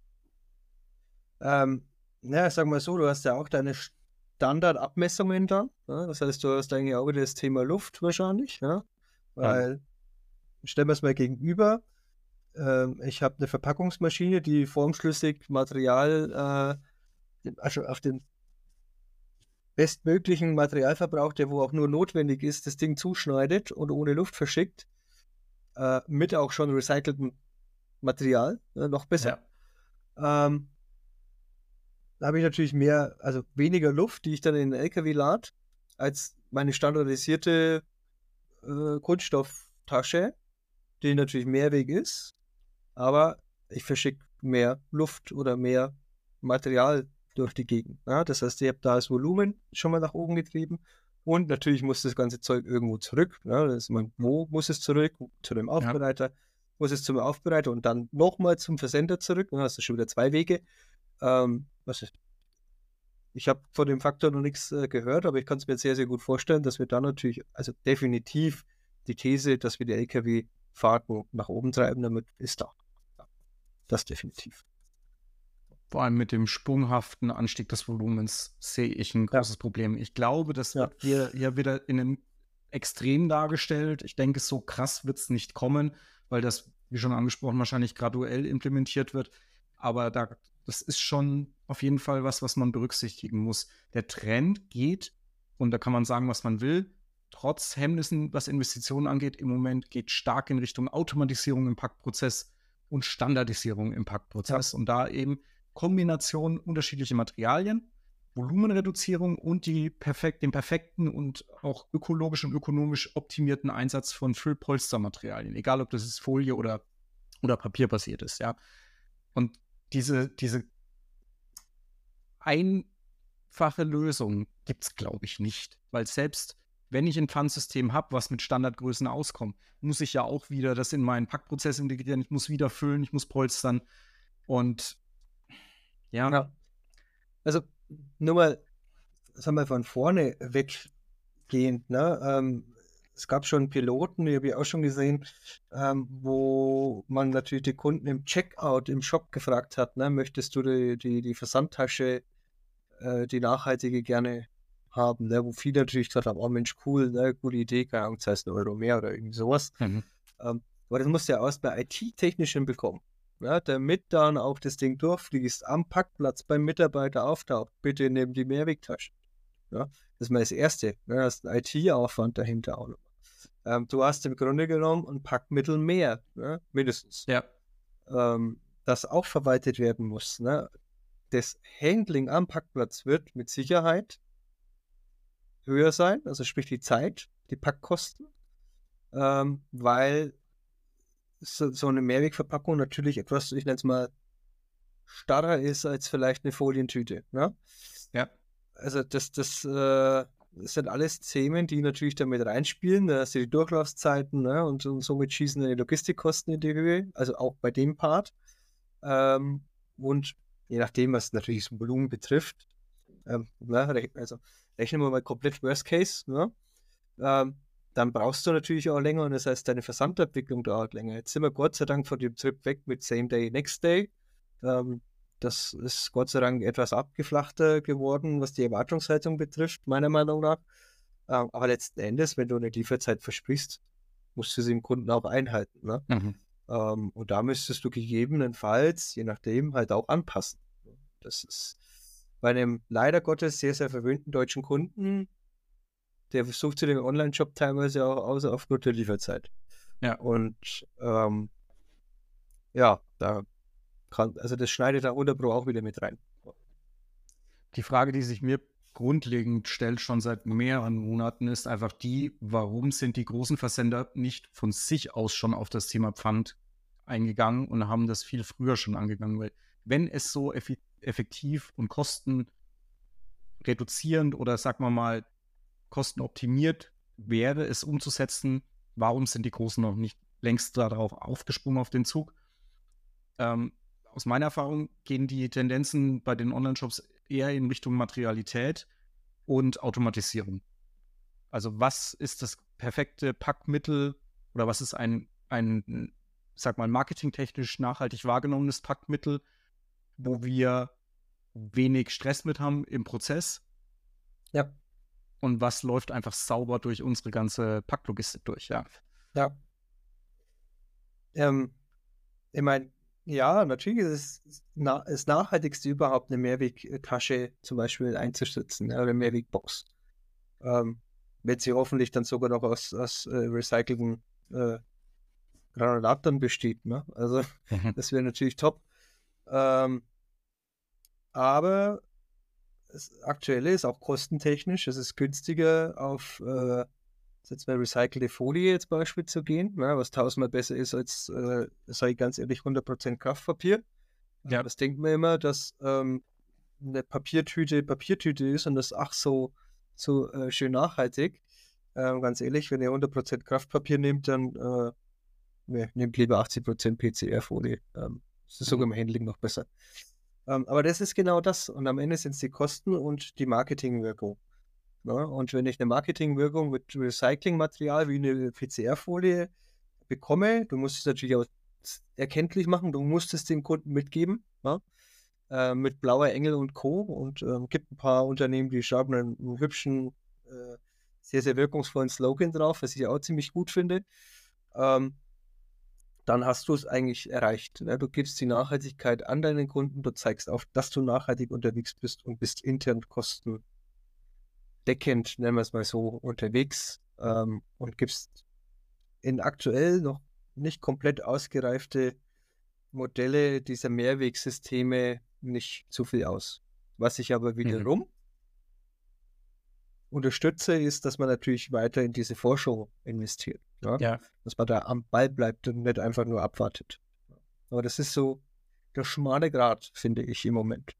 Ähm, ja, sag mal so, du hast ja auch deine Standardabmessungen dann. Ja? Das heißt, du hast eigentlich auch wieder das Thema Luft wahrscheinlich. Ja? Weil, stellen wir es mal gegenüber, ähm, ich habe eine Verpackungsmaschine, die formschlüssig Material, äh, also auf den bestmöglichen Materialverbrauch, der wo auch nur notwendig ist, das Ding zuschneidet und ohne Luft verschickt, äh, mit auch schon recyceltem Material, äh, noch besser. Ja. Ähm, da habe ich natürlich mehr, also weniger Luft, die ich dann in den L K W lade, als meine standardisierte äh, Kunststofftasche, die natürlich Mehrweg ist, aber ich verschicke mehr Luft oder mehr Material durch die Gegend. Ja, das heißt, ich habe da das Volumen schon mal nach oben getrieben und natürlich muss das ganze Zeug irgendwo zurück. Ja, das ist mein, wo muss es zurück? Zu dem Aufbereiter. Ja. Muss es zum Aufbereiter und dann nochmal zum Versender zurück. Dann hast du schon wieder zwei Wege. Ähm, was ist? ich habe von dem Faktor noch nichts äh, gehört, aber ich kann es mir sehr, sehr gut vorstellen, dass wir dann natürlich, also definitiv die These, dass wir die L K W-Fahrten nach oben treiben, damit ist da. Ja, das definitiv. Vor allem mit dem sprunghaften Anstieg des Volumens sehe ich ein Ja. großes Problem. Ich glaube, das Ja. wird hier, hier wieder in einem Extrem dargestellt. Ich denke, so krass wird es nicht kommen, weil das, wie schon angesprochen, wahrscheinlich graduell implementiert wird. Aber da, das ist schon auf jeden Fall was, was man berücksichtigen muss. Der Trend geht, und da kann man sagen, was man will, trotz Hemmnissen, was Investitionen angeht, im Moment geht stark in Richtung Automatisierung im Packprozess und Standardisierung im Packprozess. Ja. Und da eben Kombination unterschiedlicher Materialien, Volumenreduzierung und die perfekt, den perfekten und auch ökologisch und ökonomisch optimierten Einsatz von Füllpolstermaterialien, egal ob das ist Folie oder, oder papierbasiert ist, ja. Und diese, diese einfache Lösung gibt es, glaube ich, nicht, weil selbst wenn ich ein Pfandsystem habe, was mit Standardgrößen auskommt, muss ich ja auch wieder das in meinen Packprozess integrieren, ich muss wieder füllen, ich muss polstern und ja. ja. Also nur mal, sagen wir von vorne weggehend, ne? Ähm, es gab schon Piloten, die habe ich auch schon gesehen, ähm, wo man natürlich die Kunden im Checkout im Shop gefragt hat, ne? Möchtest du die, die, die Versandtasche, äh, die nachhaltige gerne haben, ne? Wo viele natürlich gesagt haben, oh Mensch, cool, ne? Gute Idee, keine Ahnung, das heißt ein Euro mehr oder irgendwie sowas. Mhm. Ähm, aber das musst du ja aus bei I T-technisch hinbekommen. Ja, damit dann auch das Ding durchfließt, am Packplatz beim Mitarbeiter auftaucht, bitte nimm die Mehrwegtasche. Ja, das ist mal das Erste. Ja, das ist ein I T-Aufwand dahinter auch noch. Ähm, du hast im Grunde genommen ein Packmittel mehr, ja, mindestens. Ja. Ähm, das auch verwaltet werden muss. Ne? Das Handling am Packplatz wird mit Sicherheit höher sein, also sprich die Zeit, die Packkosten, ähm, weil so, so eine Mehrwegverpackung natürlich etwas, ich nenne es mal, starrer ist als vielleicht eine Folientüte. Ne? Ja. Also das, das, äh, das sind alles Themen, die natürlich damit reinspielen. Da hast du die Durchlaufzeiten, ne? und, und somit schießen die Logistikkosten in die Höhe, also auch bei dem Part. Ähm, und je nachdem, was natürlich das Volumen betrifft, ähm, ne? also rechnen wir mal komplett Worst Case, ne? ähm, dann brauchst du natürlich auch länger und das heißt, deine Versandabwicklung dauert länger. Jetzt sind wir Gott sei Dank von dem Trip weg mit Same Day, Next Day. Ähm, das ist Gott sei Dank etwas abgeflachter geworden, was die Erwartungshaltung betrifft, meiner Meinung nach. Ähm, aber letzten Endes, wenn du eine Lieferzeit versprichst, musst du sie dem Kunden auch einhalten. Ne? Mhm. Ähm, und da müsstest du gegebenenfalls, je nachdem, halt auch anpassen. Das ist bei einem leider Gottes sehr, sehr verwöhnten deutschen Kunden, der versucht zu dem Online-Shop teilweise auch aus aufgrund der Lieferzeit. Ja. Und ähm, ja, da kann, also das schneidet da hundert Pro auch wieder mit rein. Die Frage, die sich mir grundlegend stellt, schon seit mehreren Monaten, ist einfach die, warum sind die großen Versender nicht von sich aus schon auf das Thema Pfand eingegangen und haben das viel früher schon angegangen? Weil wenn es so eff- effektiv und kostenreduzierend oder sagen wir mal kostenoptimiert wäre, es umzusetzen, warum sind die Großen noch nicht längst darauf aufgesprungen auf den Zug? Ähm, aus meiner Erfahrung gehen die Tendenzen bei den Online-Shops eher in Richtung Materialität und Automatisierung. Also was ist das perfekte Packmittel oder was ist ein, ein sag mal, marketingtechnisch nachhaltig wahrgenommenes Packmittel, wo wir wenig Stress mit haben im Prozess? Ja. Und was läuft einfach sauber durch unsere ganze Packlogistik durch, ja. Ja. Ähm, ich meine, ja, natürlich ist es na, das Nachhaltigste überhaupt, eine Mehrwegtasche zum Beispiel einzusetzen, ja, oder eine Mehrwegbox. Ähm, wenn sie hoffentlich dann sogar noch aus, aus äh, recycelten äh, Granulat dann besteht. Ne? Also Mhm. das wäre natürlich top. Ähm, aber das Aktuelle ist auch kostentechnisch, es ist günstiger auf äh, jetzt mal recycelte Folie jetzt Beispiel zu gehen, ne, was tausendmal besser ist als, äh, sage ich ganz ehrlich, hundert Prozent Kraftpapier. Ja. Das denkt man immer, dass ähm, eine Papiertüte Papiertüte ist und das ach so, so äh, schön nachhaltig. Ähm, ganz ehrlich, wenn ihr hundert Prozent Kraftpapier nehmt, dann äh, ne, nehmt lieber achtzig Prozent P C R-Folie. Ähm, das ist sogar im Handling noch besser. Ähm, aber das ist genau das. Und am Ende sind es die Kosten und die Marketingwirkung. Ne? Und wenn ich eine Marketingwirkung mit Recyclingmaterial wie eine P C R-Folie bekomme, du musst es natürlich auch erkenntlich machen, du musst es dem Kunden mitgeben, ne? Äh, mit Blauer Engel und Co. Und ähm, gibt ein paar Unternehmen, die schreiben einen, einen hübschen, äh, sehr, sehr wirkungsvollen Slogan drauf, was ich auch ziemlich gut finde. Ähm, dann hast du es eigentlich erreicht. Ne? Du gibst die Nachhaltigkeit an deinen Kunden, du zeigst auf, dass du nachhaltig unterwegs bist und bist intern kostendeckend, nennen wir es mal so, unterwegs, ähm, und gibst in aktuell noch nicht komplett ausgereifte Modelle dieser Mehrwegsysteme nicht zu viel aus. Was ich aber Mhm. wiederum unterstütze, ist, dass man natürlich weiter in diese Forschung investiert. Ja? Ja. Dass man da am Ball bleibt und nicht einfach nur abwartet. Aber das ist so der schmale Grat, finde ich im Moment.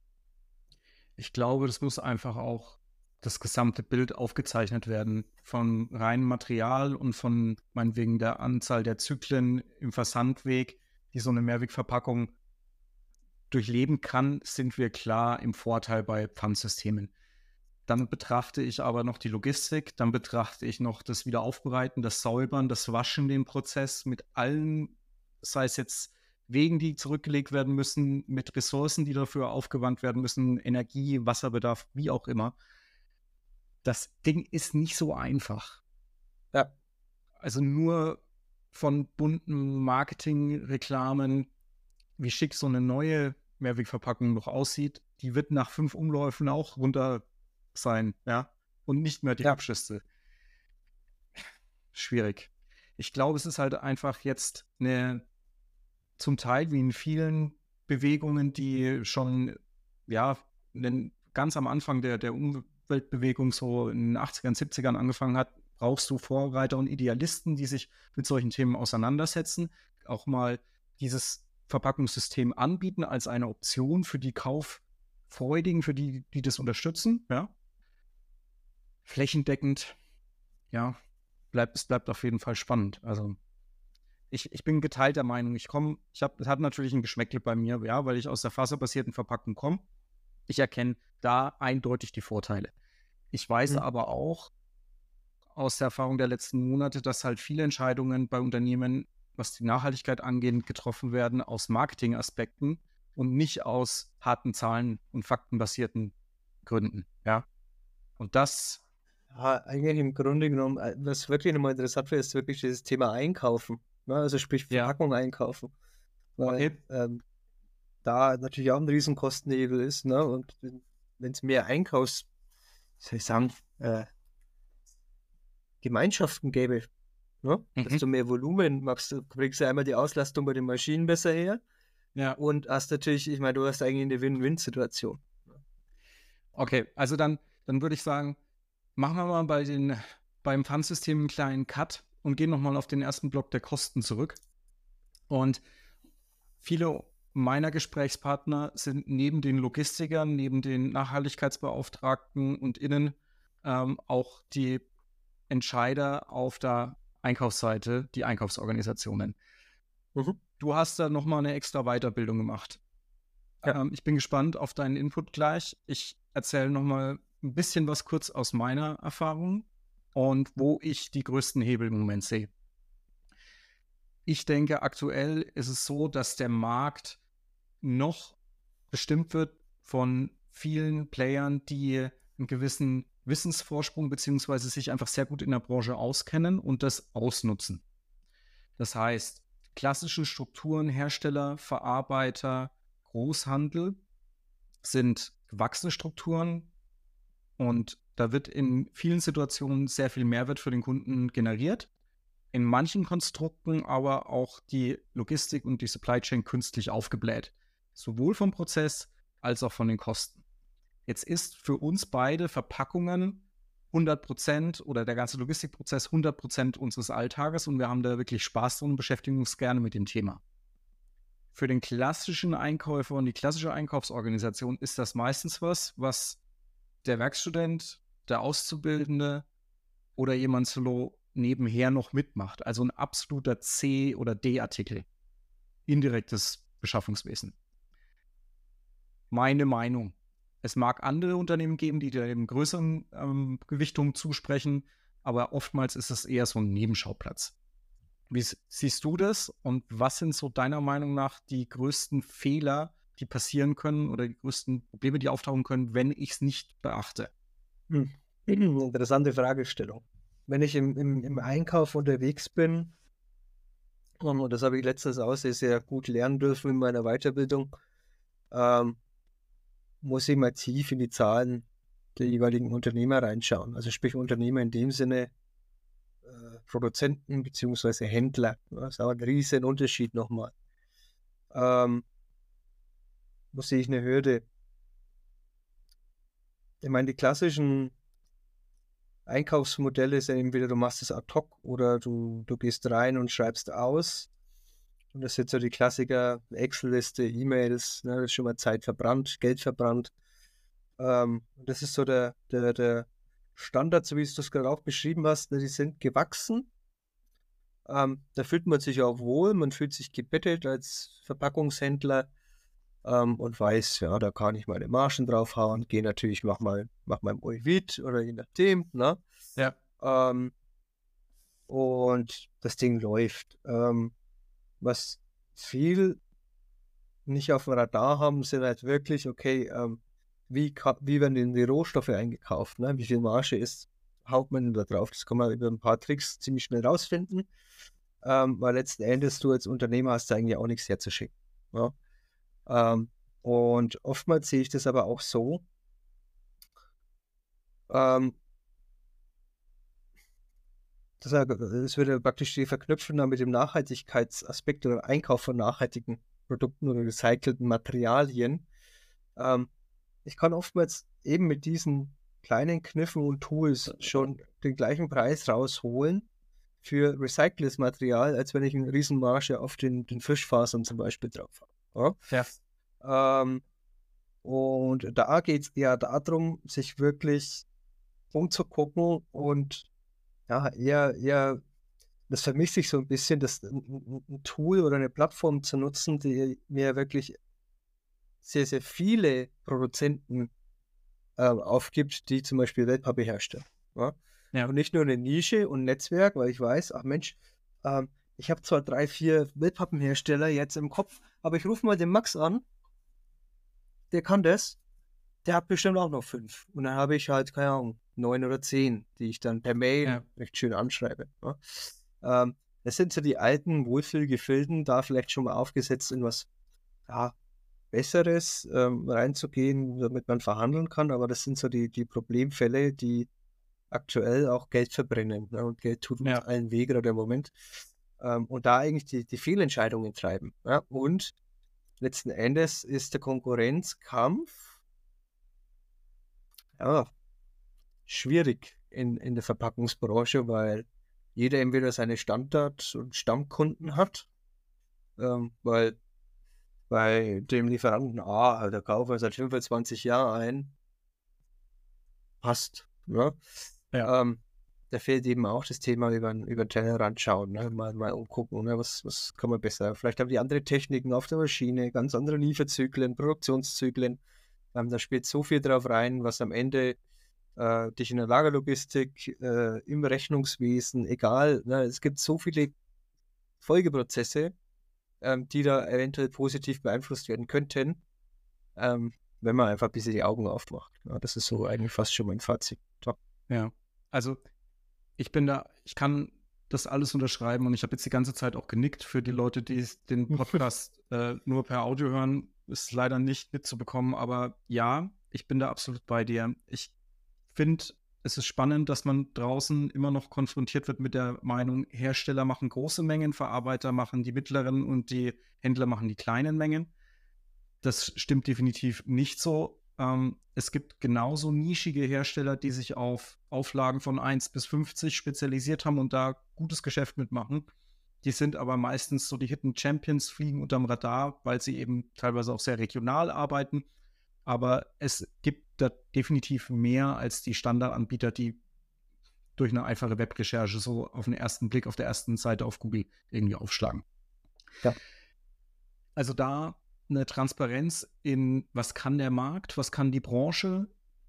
Ich glaube, das muss einfach auch das gesamte Bild aufgezeichnet werden von reinem Material und von meinetwegen der Anzahl der Zyklen im Versandweg, die so eine Mehrwegverpackung durchleben kann, sind wir klar im Vorteil bei Pfandsystemen. Dann betrachte ich aber noch die Logistik, dann betrachte ich noch das Wiederaufbereiten, das Säubern, das Waschen, den Prozess mit allen, sei es jetzt Wegen, die zurückgelegt werden müssen, mit Ressourcen, die dafür aufgewandt werden müssen, Energie, Wasserbedarf, wie auch immer. Das Ding ist nicht so einfach. Ja. Also nur von bunten Marketingreklamen, wie schick so eine neue Mehrwegverpackung noch aussieht, die wird nach fünf Umläufen auch runter sein, ja, und nicht mehr die Ja. hübscheste. Schwierig. Ich glaube, es ist halt einfach jetzt eine, zum Teil wie in vielen Bewegungen, die schon, ja, ganz am Anfang der, der Umweltbewegung so in den achtzigern, siebzigern angefangen hat, brauchst du Vorreiter und Idealisten, die sich mit solchen Themen auseinandersetzen, auch mal dieses Verpackungssystem anbieten als eine Option für die Kauffreudigen, für die, die das unterstützen, ja. Flächendeckend, ja, bleibt, es bleibt auf jeden Fall spannend. Also ich, ich bin geteilter Meinung. Ich komme, ich habe, es hat natürlich ein Geschmäckle bei mir, ja, weil ich aus der faserbasierten Verpackung komme. Ich erkenne da eindeutig die Vorteile. Ich weiß Mhm. aber auch aus der Erfahrung der letzten Monate, dass halt viele Entscheidungen bei Unternehmen, was die Nachhaltigkeit angeht, getroffen werden aus Marketingaspekten und nicht aus harten Zahlen und faktenbasierten Gründen, ja. Und das Ja, eigentlich im Grunde genommen, äh, was wirklich nochmal interessant wäre, ist wirklich dieses Thema Einkaufen. Ne? Also sprich Ja. Verpackung einkaufen. Weil Okay. ähm, da natürlich auch ein riesen Kostenhebel ist. Ne? Und wenn es mehr Einkaufs, wie soll ich sagen, äh, Gemeinschaften gäbe, ne? Mhm. Dass du mehr Volumen machst, du kriegst ja einmal die Auslastung bei den Maschinen besser her. Ja. Und hast natürlich, ich meine, du hast eigentlich eine Win-Win-Situation. Okay, also dann, dann würde ich sagen, machen wir mal bei den, beim Pfandsystem einen kleinen Cut und gehen nochmal auf den ersten Block der Kosten zurück. Und viele meiner Gesprächspartner sind neben den Logistikern, neben den Nachhaltigkeitsbeauftragten und Innen ähm, auch die Entscheider auf der Einkaufsseite, die Einkaufsorganisationen. Mhm. Du hast da nochmal eine extra Weiterbildung gemacht. Ja. Ähm, ich bin gespannt auf deinen Input gleich. Ich erzähle nochmal ein bisschen was kurz aus meiner Erfahrung und wo ich die größten Hebel im Moment sehe. Ich denke, aktuell ist es so, dass der Markt noch bestimmt wird von vielen Playern, die einen gewissen Wissensvorsprung beziehungsweise sich einfach sehr gut in der Branche auskennen und das ausnutzen. Das heißt, klassische Strukturen, Hersteller, Verarbeiter, Großhandel sind gewachsene Strukturen und da wird in vielen Situationen sehr viel Mehrwert für den Kunden generiert. In manchen Konstrukten aber auch die Logistik und die Supply Chain künstlich aufgebläht. Sowohl vom Prozess als auch von den Kosten. Jetzt ist für uns beide Verpackungen hundert Prozent oder der ganze Logistikprozess hundert Prozent unseres Alltages und wir haben da wirklich Spaß dran und beschäftigen uns gerne mit dem Thema. Für den klassischen Einkäufer und die klassische Einkaufsorganisation ist das meistens was, was der Werkstudent, der Auszubildende oder jemand so nebenher noch mitmacht. Also ein absoluter C- oder D-Artikel. Indirektes Beschaffungswesen. meine Meinung. Es mag andere Unternehmen geben, die dem größeren ähm, Gewichtung zusprechen, aber oftmals ist es eher so ein Nebenschauplatz. Wie siehst du das und was sind so deiner Meinung nach die größten Fehler, die passieren können oder die größten Probleme, die auftauchen können, wenn ich es nicht beachte? Hm. Interessante Fragestellung. Wenn ich im, im, im Einkauf unterwegs bin, um, und das habe ich letztens auch sehr, sehr gut lernen dürfen in meiner Weiterbildung, ähm, muss ich mal tief in die Zahlen der jeweiligen Unternehmer reinschauen. Also sprich Unternehmer in dem Sinne, äh, Produzenten beziehungsweise Händler. Das ist auch ein riesen Unterschied nochmal. Ähm, wo sehe ich eine Hürde? Ich meine, die klassischen Einkaufsmodelle sind entweder du machst es ad hoc oder du, du gehst rein und schreibst aus. Und das sind so die Klassiker, Excel-Liste, E-Mails, ne, das ist schon mal Zeit verbrannt, Geld verbrannt. Ähm, das ist so der, der, der Standard, so wie du es gerade auch beschrieben hast, ne, die sind gewachsen. Ähm, da fühlt man sich auch wohl, man fühlt sich gebettet als Verpackungshändler ähm, und weiß, ja, da kann ich meine Margen draufhauen, gehe natürlich, mach mal, mach mal im Euvid oder je nachdem, ne? Ja. Ähm, und das Ding läuft. Ähm, was viel nicht auf dem Radar haben, sind halt wirklich, okay, ähm, wie, wie werden denn die Rohstoffe eingekauft, ne? Wie viel Marge ist, haut man da drauf? Das kann man über ein paar Tricks ziemlich schnell rausfinden, ähm, weil letzten Endes du als Unternehmer hast da eigentlich auch nichts herzuschicken. Ja? Ähm, und oftmals sehe ich das aber auch so, ähm, das, das würde praktisch die verknüpfen mit dem Nachhaltigkeitsaspekt oder Einkauf von nachhaltigen Produkten oder recycelten Materialien. Ähm, ich kann oftmals eben mit diesen kleinen Kniffen und Tools schon den gleichen Preis rausholen für recyceltes Material, als wenn ich eine Riesenmarge auf den, den Fischfasern zum Beispiel drauf habe. Ja? Ja. Ähm, und da geht es eher darum, sich wirklich umzugucken und ja, eher, eher, das vermisst sich so ein bisschen, das, ein, ein Tool oder eine Plattform zu nutzen, die mir wirklich sehr, sehr viele Produzenten äh, aufgibt, die zum Beispiel Wellpappe herstellen. Ja? Ja. Und nicht nur eine Nische und ein Netzwerk, weil ich weiß, ach Mensch, ähm, ich habe zwar drei, vier Wellpappenhersteller jetzt im Kopf, aber ich rufe mal den Max an, der kann das, der hat bestimmt auch noch fünf. Und dann habe ich halt, keine Ahnung, neun oder zehn, die ich dann per Mail ja. recht schön anschreibe. Ja? Ähm, das sind so die alten Wohlfühlgefilden, da vielleicht schon mal aufgesetzt in was ja, Besseres ähm, reinzugehen, damit man verhandeln kann, aber das sind so die, die Problemfälle, die aktuell auch Geld verbrennen. Ne? Und Geld tut uns ja. allen weh, gerade im Moment. Ähm, und da eigentlich die, die Fehlentscheidungen treiben. Ja? Und letzten Endes ist der Konkurrenzkampf ja, schwierig in, in der Verpackungsbranche, weil jeder entweder seine Standard- und Stammkunden hat, ähm, weil bei dem Lieferanten A, der kauft er seit fünfundzwanzig Jahren ein, passt. Ne? Ja. Ähm, da fehlt eben auch das Thema über, über den Tellerrand schauen, ne? mal, mal umgucken, ne? was, was kann man besser. Vielleicht haben die andere Techniken auf der Maschine, ganz andere Lieferzyklen, Produktionszyklen. Ähm, da spielt so viel drauf rein, was am Ende äh, dich in der Lagerlogistik, äh, im Rechnungswesen, egal, ne? Es gibt so viele Folgeprozesse, ähm, die da eventuell positiv beeinflusst werden könnten, ähm, wenn man einfach ein bisschen die Augen aufmacht. Ja, das ist so eigentlich fast schon mein Fazit. Ja, ja. Also ich bin da, ich kann das alles unterschreiben und ich habe jetzt die ganze Zeit auch genickt für die Leute, die den Podcast äh, nur per Audio hören, ist leider nicht mitzubekommen, aber ja, ich bin da absolut bei dir. Ich finde, es ist spannend, dass man draußen immer noch konfrontiert wird mit der Meinung, Hersteller machen große Mengen, Verarbeiter machen die mittleren und die Händler machen die kleinen Mengen. Das stimmt definitiv nicht so. Ähm, es gibt genauso nischige Hersteller, die sich auf Auflagen von eins bis fünfzig spezialisiert haben und da gutes Geschäft mitmachen. Die sind aber meistens so die Hidden Champions, fliegen unterm Radar, weil sie eben teilweise auch sehr regional arbeiten. Aber es gibt da definitiv mehr als die Standardanbieter, die durch eine einfache Webrecherche so auf den ersten Blick auf der ersten Seite auf Google irgendwie aufschlagen. Ja. Also da eine Transparenz in, was kann der Markt, was kann die Branche,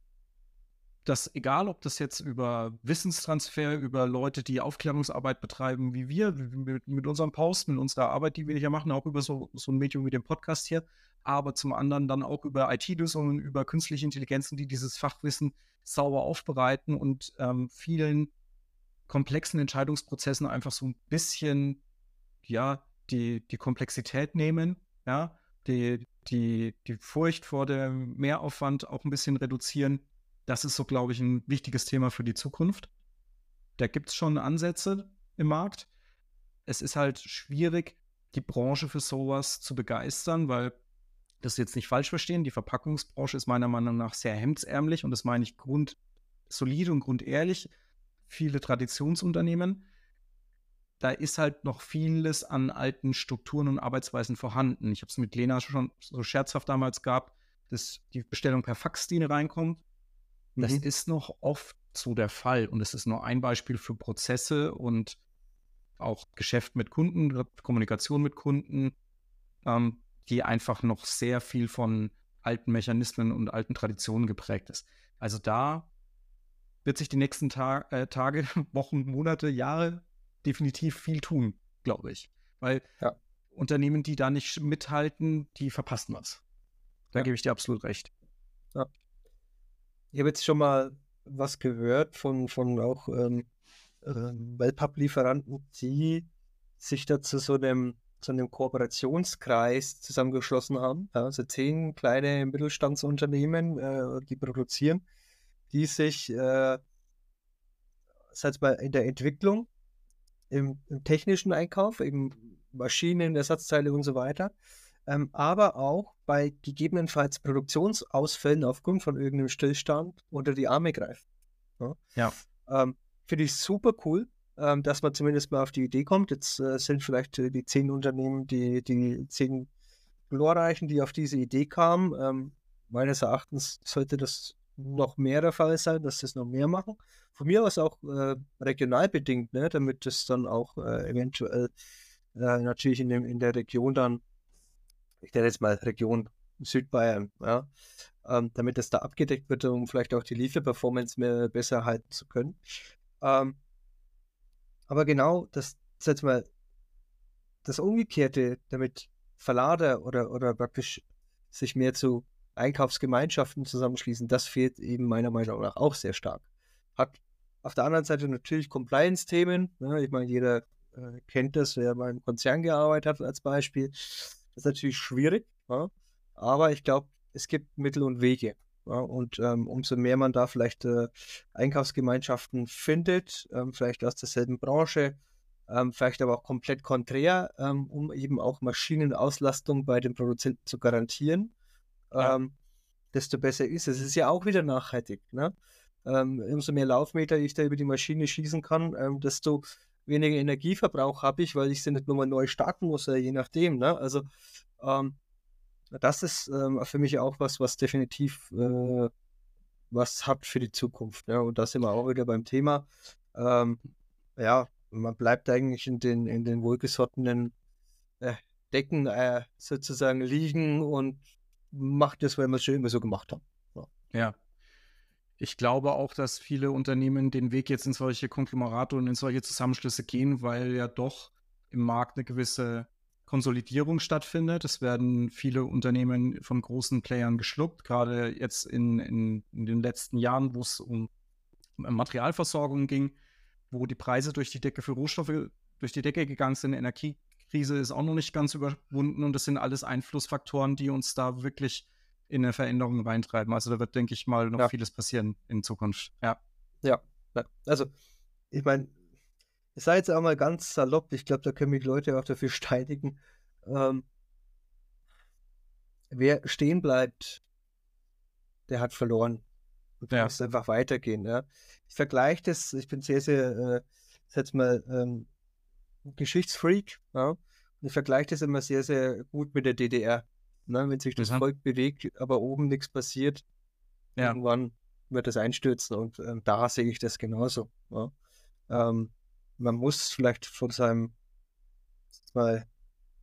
dass egal, ob das jetzt über Wissenstransfer, über Leute, die Aufklärungsarbeit betreiben, wie wir, mit, mit unserem Post, mit unserer Arbeit, die wir hier machen, auch über so, so ein Medium wie den Podcast hier, aber zum anderen dann auch über I T-Lösungen, über künstliche Intelligenzen, die dieses Fachwissen sauber aufbereiten und ähm, vielen komplexen Entscheidungsprozessen einfach so ein bisschen, ja, die, die Komplexität nehmen, ja, die, die, die Furcht vor dem Mehraufwand auch ein bisschen reduzieren. Das ist so, glaube ich, ein wichtiges Thema für die Zukunft. Da gibt es schon Ansätze im Markt. Es ist halt schwierig, die Branche für sowas zu begeistern, weil, das jetzt nicht falsch verstehen, die Verpackungsbranche ist meiner Meinung nach sehr hemdsärmlich und das meine ich grundsolide und grundehrlich. Viele Traditionsunternehmen, da ist halt noch vieles an alten Strukturen und Arbeitsweisen vorhanden. Ich habe es mit Lena schon so scherzhaft damals gehabt, dass die Bestellung per Fax, die reinkommt. Das mhm. ist noch oft so der Fall und es ist nur ein Beispiel für Prozesse und auch Geschäft mit Kunden, Kommunikation mit Kunden, ähm, die einfach noch sehr viel von alten Mechanismen und alten Traditionen geprägt ist. Also da wird sich die nächsten Ta- äh, Tage, Wochen, Monate, Jahre definitiv viel tun, glaube ich. Weil ja. Unternehmen, die da nicht mithalten, die verpassen was. Da ja. gebe ich dir absolut recht. Ja. Ich habe jetzt schon mal was gehört von, von auch ähm, äh, Wellpapp-Lieferanten, die sich da zu so einem, zu einem Kooperationskreis zusammengeschlossen haben. Ja, also zehn kleine Mittelstandsunternehmen, äh, die produzieren, die sich äh, sag mal, in der Entwicklung, im, im technischen Einkauf, eben Maschinen, Ersatzteile und so weiter, ähm, aber auch bei gegebenenfalls Produktionsausfällen aufgrund von irgendeinem Stillstand unter die Arme greifen. Ja. ja. Ähm, Finde ich super cool, ähm, dass man zumindest mal auf die Idee kommt. Jetzt äh, sind vielleicht äh, die zehn Unternehmen, die, die zehn glorreichen, die auf diese Idee kamen. Ähm, meines Erachtens sollte das noch mehr der Fall sein, dass das noch mehr machen. Von mir aus auch äh, regional bedingt, ne, damit das dann auch äh, eventuell äh, natürlich in, dem, in der Region dann, ich nenne jetzt mal Region Südbayern, ja, ähm, damit das da abgedeckt wird, um vielleicht auch die Lieferperformance mehr besser halten zu können. Ähm, aber genau das, das jetzt mal das Umgekehrte, damit Verlader oder, oder praktisch sich mehr zu Einkaufsgemeinschaften zusammenschließen, das fehlt eben meiner Meinung nach auch sehr stark. Hat auf der anderen Seite natürlich Compliance-Themen. Ne? Ich meine, jeder äh, kennt das, wer mal im Konzern gearbeitet hat als Beispiel. Das ist natürlich schwierig, ja? Aber ich glaube, es gibt Mittel und Wege. Ja? Und ähm, umso mehr man da vielleicht äh, Einkaufsgemeinschaften findet, ähm, vielleicht aus derselben Branche, ähm, vielleicht aber auch komplett konträr, ähm, um eben auch Maschinenauslastung bei den Produzenten zu garantieren, ja. ähm, desto besser ist es. Es ist ja auch wieder nachhaltig. Ne? Ähm, umso mehr Laufmeter ich da über die Maschine schießen kann, ähm, desto weniger Energieverbrauch habe ich, weil ich sie nicht nochmal neu starten muss, äh, je nachdem. Ne? Also ähm, das ist ähm, für mich auch was, was definitiv äh, was hat für die Zukunft. Ne? Und da sind wir auch wieder beim Thema. Ähm, ja, man bleibt eigentlich in den, in den wohlgesottenen äh, Decken äh, sozusagen liegen und macht das, weil wir es schon immer so gemacht haben. Ja. ja. Ich glaube auch, dass viele Unternehmen den Weg jetzt in solche Konglomerate und in solche Zusammenschlüsse gehen, weil ja doch im Markt eine gewisse Konsolidierung stattfindet. Es werden viele Unternehmen von großen Playern geschluckt, gerade jetzt in, in, in den letzten Jahren, wo es um Materialversorgung ging, wo die Preise durch die Decke für Rohstoffe durch die Decke gegangen sind. Die Energiekrise ist auch noch nicht ganz überwunden und das sind alles Einflussfaktoren, die uns da wirklich in eine Veränderung reintreiben. Also da wird, denke ich mal, noch ja. vieles passieren in Zukunft. Ja. Ja, also ich meine, es sei jetzt auch mal ganz salopp, ich glaube, da können mich Leute auch dafür steinigen. Ähm, wer stehen bleibt, der hat verloren. Und du ja. musst einfach weitergehen. Ja. Ich vergleiche das, ich bin sehr, sehr, äh, jetzt mal, ähm, Geschichtsfreak. Ja. Und ich vergleiche das immer sehr, sehr gut mit der D D R. Ne, wenn sich das mhm. Volk bewegt, aber oben nichts passiert, ja. irgendwann wird es einstürzen und ähm, da sehe ich das genauso. Ja. Ähm, man muss vielleicht von seinem mal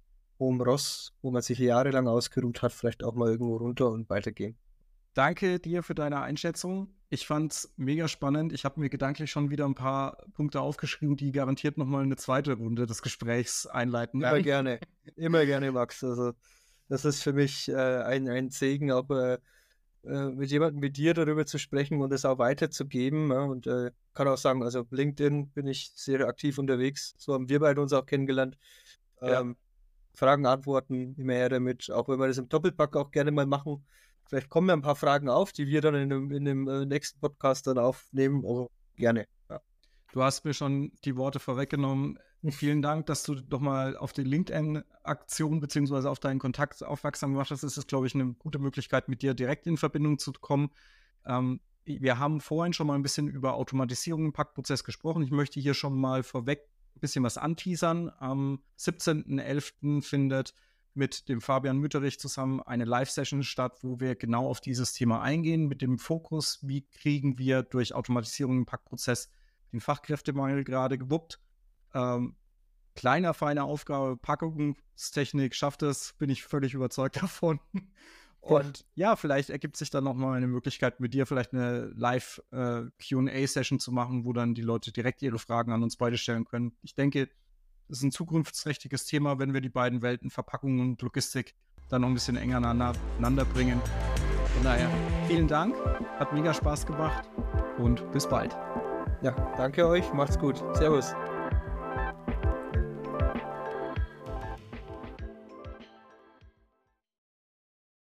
hohem Ross, wo man sich jahrelang ausgeruht hat, vielleicht auch mal irgendwo runter und weitergehen. Danke dir für deine Einschätzung. Ich fand's mega spannend. Ich habe mir gedanklich schon wieder ein paar Punkte aufgeschrieben, die garantiert nochmal eine zweite Runde des Gesprächs einleiten. Immer gerne, immer gerne, Max. Also das ist für mich äh, ein, ein Segen, auch äh, mit jemandem wie dir darüber zu sprechen und es auch weiterzugeben. Ja, und äh, kann auch sagen, also LinkedIn bin ich sehr aktiv unterwegs. So haben wir beide uns auch kennengelernt. Ja. Ähm, Fragen, Antworten, immer her damit. Auch wenn wir das im Doppelpack auch gerne mal machen. Vielleicht kommen ja ein paar Fragen auf, die wir dann in dem, in dem äh, nächsten Podcast dann aufnehmen. Also gerne. Ja. Du hast mir schon die Worte vorweggenommen. Vielen Dank, dass du doch mal auf die LinkedIn-Aktion beziehungsweise auf deinen Kontakt aufmerksam gemacht hast. Es ist, glaube ich, eine gute Möglichkeit, mit dir direkt in Verbindung zu kommen. Ähm, wir haben vorhin schon mal ein bisschen über Automatisierung im Packprozess gesprochen. Ich möchte hier schon mal vorweg ein bisschen was anteasern. Am siebzehnten elften findet mit dem Fabian Mütterich zusammen eine Live-Session statt, wo wir genau auf dieses Thema eingehen, mit dem Fokus, wie kriegen wir durch Automatisierung im Packprozess den Fachkräftemangel gerade gewuppt. Ähm, kleiner, feiner Aufgabe, Packungstechnik schafft es, bin ich völlig überzeugt davon. Und ja, vielleicht ergibt sich dann nochmal eine Möglichkeit, mit dir vielleicht eine Live-Q und A-Session zu machen, wo dann die Leute direkt ihre Fragen an uns beide stellen können. Ich denke, das ist ein zukunftsträchtiges Thema, wenn wir die beiden Welten, Verpackung und Logistik, dann noch ein bisschen enger aneinander bringen. Von daher, vielen Dank, hat mega Spaß gemacht und bis bald. Ja, danke euch, macht's gut. Servus.